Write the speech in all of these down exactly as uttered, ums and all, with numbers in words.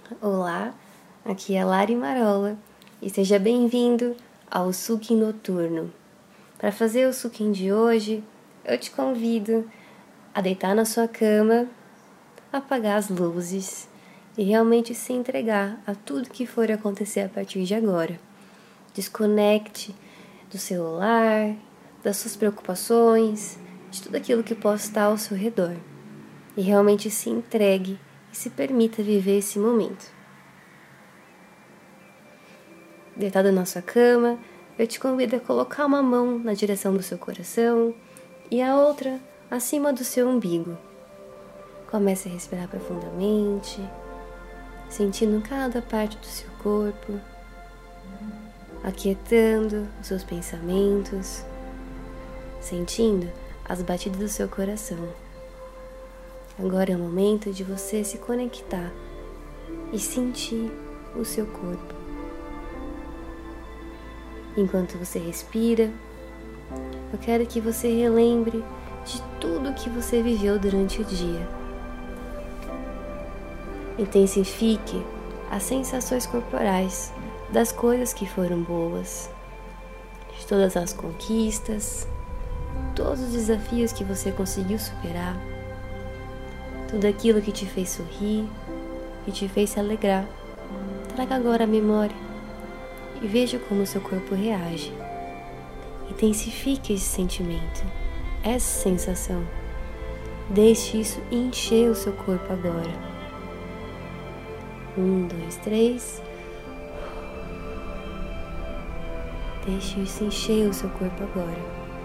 Olá, aqui é Lari Marola e seja bem-vindo ao Sukin Noturno. Para fazer o Sukin de hoje, eu te convido a deitar na sua cama, apagar as luzes e realmente se entregar a tudo que for acontecer a partir de agora. Desconecte do celular, das suas preocupações, de tudo aquilo que possa estar ao seu redor e realmente se entregue e se permita viver esse momento. Deitado na sua cama, eu te convido a colocar uma mão na direção do seu coração e a outra acima do seu umbigo. Comece a respirar profundamente, sentindo cada parte do seu corpo, aquietando os seus pensamentos, sentindo as batidas do seu coração. Agora é o momento de você se conectar e sentir o seu corpo. Enquanto você respira, eu quero que você relembre de tudo que você viveu durante o dia. Intensifique as sensações corporais das coisas que foram boas, de todas as conquistas, todos os desafios que você conseguiu superar, tudo aquilo que te fez sorrir, que te fez se alegrar. Traga agora a memória e veja como o seu corpo reage. Intensifique esse sentimento, essa sensação. Deixe isso encher o seu corpo agora. Um, dois, três. Deixe isso encher o seu corpo agora.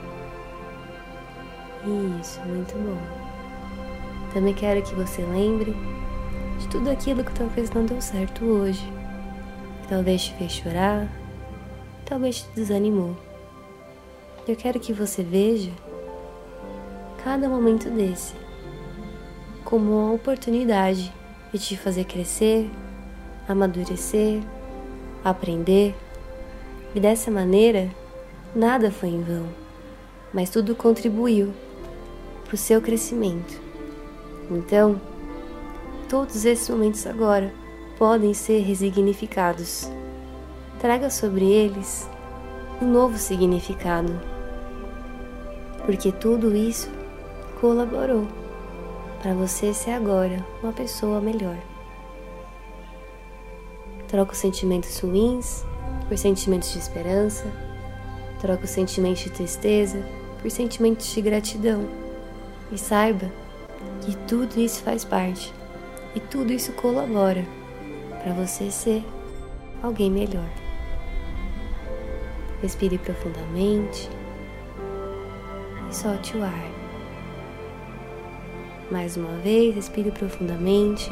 Isso, muito bom. Também quero que você lembre de tudo aquilo que talvez não deu certo hoje. Que talvez te fez chorar, talvez te desanimou. Eu quero que você veja cada momento desse como uma oportunidade de te fazer crescer, amadurecer, aprender. E dessa maneira, nada foi em vão, mas tudo contribuiu para o seu crescimento. Então, todos esses momentos agora podem ser resignificados. Traga sobre eles um novo significado, porque tudo isso colaborou para você ser agora uma pessoa melhor. Troca os sentimentos ruins por sentimentos de esperança, troca os sentimentos de tristeza por sentimentos de gratidão e saiba que tudo isso faz parte e tudo isso colabora para você ser alguém melhor. Respire profundamente e solte o ar. Mais uma vez, respire profundamente.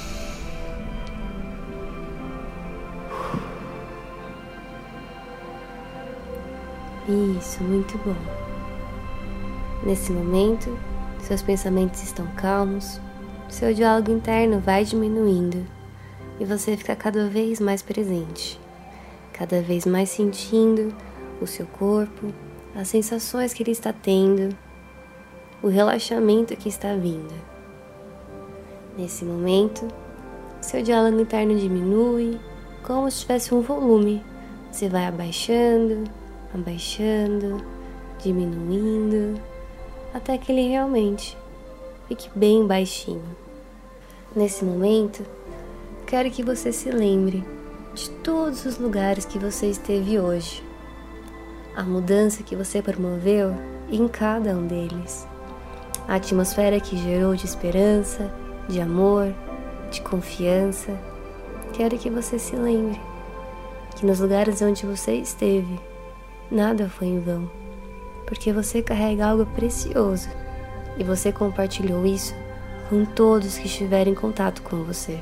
Isso, muito bom. Nesse momento, seus pensamentos estão calmos, seu diálogo interno vai diminuindo e você fica cada vez mais presente, cada vez mais sentindo o seu corpo, as sensações que ele está tendo, o relaxamento que está vindo. Nesse momento, seu diálogo interno diminui como se tivesse um volume. Você vai abaixando, abaixando, diminuindo, até que ele realmente fique bem baixinho. Nesse momento, quero que você se lembre de todos os lugares que você esteve hoje, a mudança que você promoveu em cada um deles, a atmosfera que gerou de esperança, de amor, de confiança. Quero que você se lembre que nos lugares onde você esteve, nada foi em vão, porque você carrega algo precioso e você compartilhou isso com todos que estiverem em contato com você.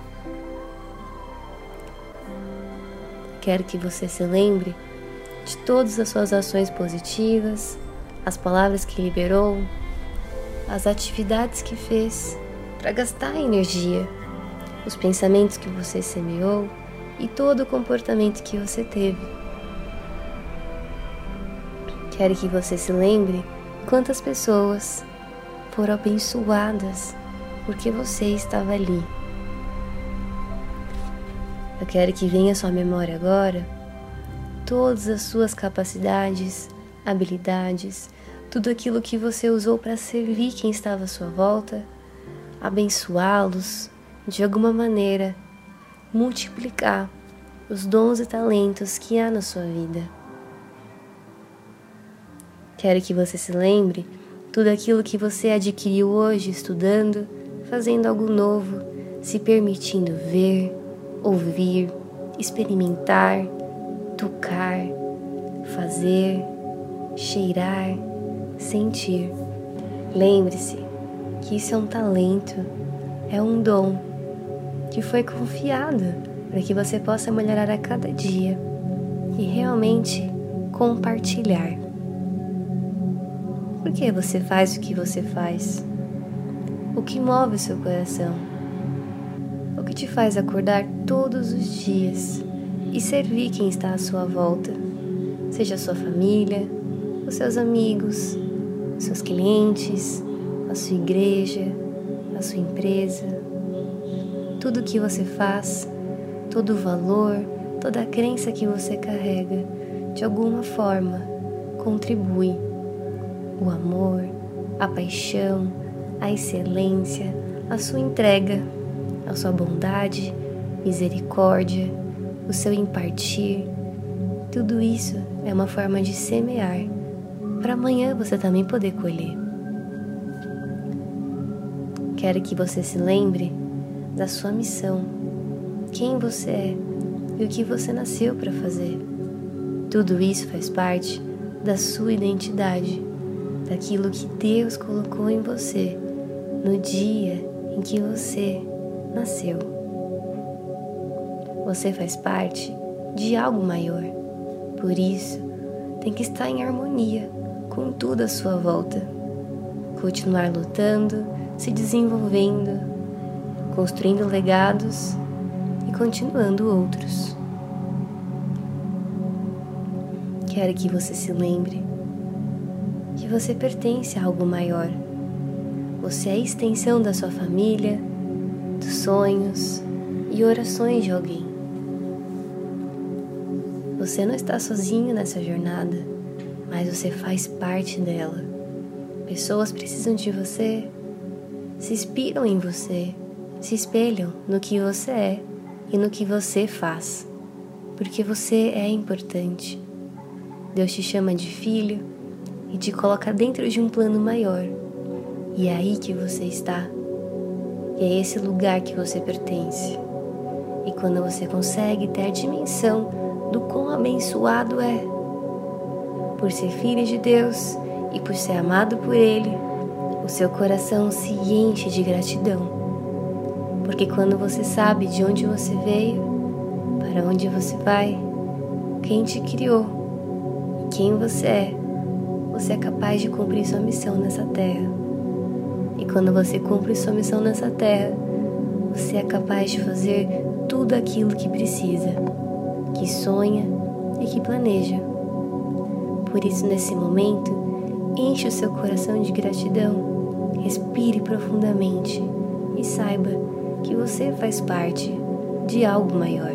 Quero que você se lembre de todas as suas ações positivas, as palavras que liberou, as atividades que fez para gastar energia, os pensamentos que você semeou e todo o comportamento que você teve. Quero que você se lembre quantas pessoas foram abençoadas porque você estava ali. Eu quero que venha à sua memória agora todas as suas capacidades, habilidades, tudo aquilo que você usou para servir quem estava à sua volta, abençoá-los, de alguma maneira, multiplicar os dons e talentos que há na sua vida. Quero que você se lembre tudo aquilo que você adquiriu hoje estudando, fazendo algo novo, se permitindo ver, ouvir, experimentar, tocar, fazer, cheirar, sentir. Lembre-se que isso é um talento, é um dom que foi confiado para que você possa melhorar a cada dia e realmente compartilhar. Por que você faz o que você faz? O que move o seu coração? O que te faz acordar todos os dias e servir quem está à sua volta? Seja a sua família, os seus amigos, os seus clientes, a sua igreja, a sua empresa. Tudo o que você faz, todo o valor, toda a crença que você carrega, de alguma forma, contribui. O amor, a paixão, a excelência, a sua entrega, a sua bondade, misericórdia, o seu impartir, tudo isso é uma forma de semear, para amanhã você também poder colher. Quero que você se lembre da sua missão, quem você é e o que você nasceu para fazer. Tudo isso faz parte da sua identidade, daquilo que Deus colocou em você no dia em que você nasceu. Você faz parte de algo maior, por isso tem que estar em harmonia com tudo à sua volta, continuar lutando, se desenvolvendo, construindo legados e continuando outros. Quero que você se lembre que você pertence a algo maior. Você é a extensão da sua família, dos sonhos e orações de alguém. Você não está sozinho nessa jornada, mas você faz parte dela. Pessoas precisam de você, se inspiram em você, se espelham no que você é e no que você faz, porque você é importante. Deus te chama de filho e te coloca dentro de um plano maior. E é aí que você está. E é esse lugar que você pertence. E quando você consegue ter a dimensão do quão abençoado é, por ser filho de Deus e por ser amado por Ele, o seu coração se enche de gratidão. Porque quando você sabe de onde você veio, para onde você vai, quem te criou e quem você é, você é capaz de cumprir sua missão nessa terra. E quando você cumpre sua missão nessa terra, você é capaz de fazer tudo aquilo que precisa, que sonha e que planeja. Por isso, nesse momento, enche o seu coração de gratidão, respire profundamente e saiba que você faz parte de algo maior.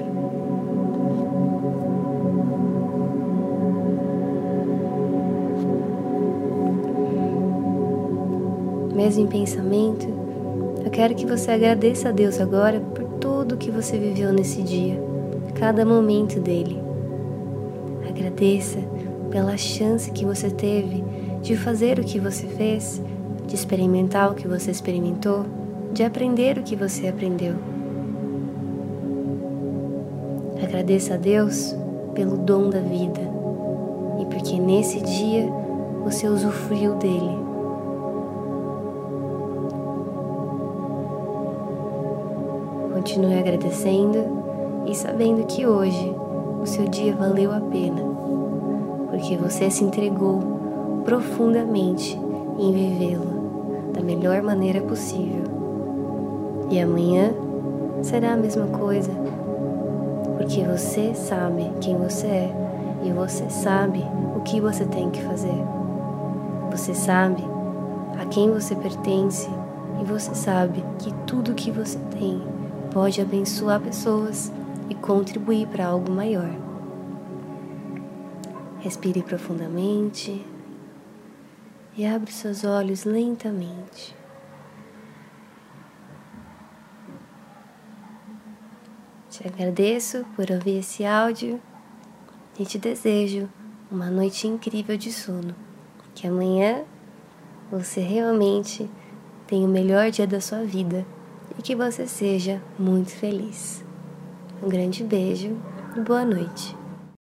Mesmo em pensamento, eu quero que você agradeça a Deus agora por tudo que você viveu nesse dia, cada momento dele. Agradeça pela chance que você teve de fazer o que você fez, de experimentar o que você experimentou, de aprender o que você aprendeu. Agradeça a Deus pelo dom da vida e porque nesse dia você usufruiu dele. Continue agradecendo e sabendo que hoje o seu dia valeu a pena, porque você se entregou profundamente em vivê-lo da melhor maneira possível. E amanhã será a mesma coisa, porque você sabe quem você é e você sabe o que você tem que fazer. Você sabe a quem você pertence e você sabe que tudo que você tem pode abençoar pessoas e contribuir para algo maior. Respire profundamente e abre seus olhos lentamente. Te agradeço por ouvir esse áudio e te desejo uma noite incrível de sono. Que amanhã você realmente tenha o melhor dia da sua vida e que você seja muito feliz. Um grande beijo e boa noite.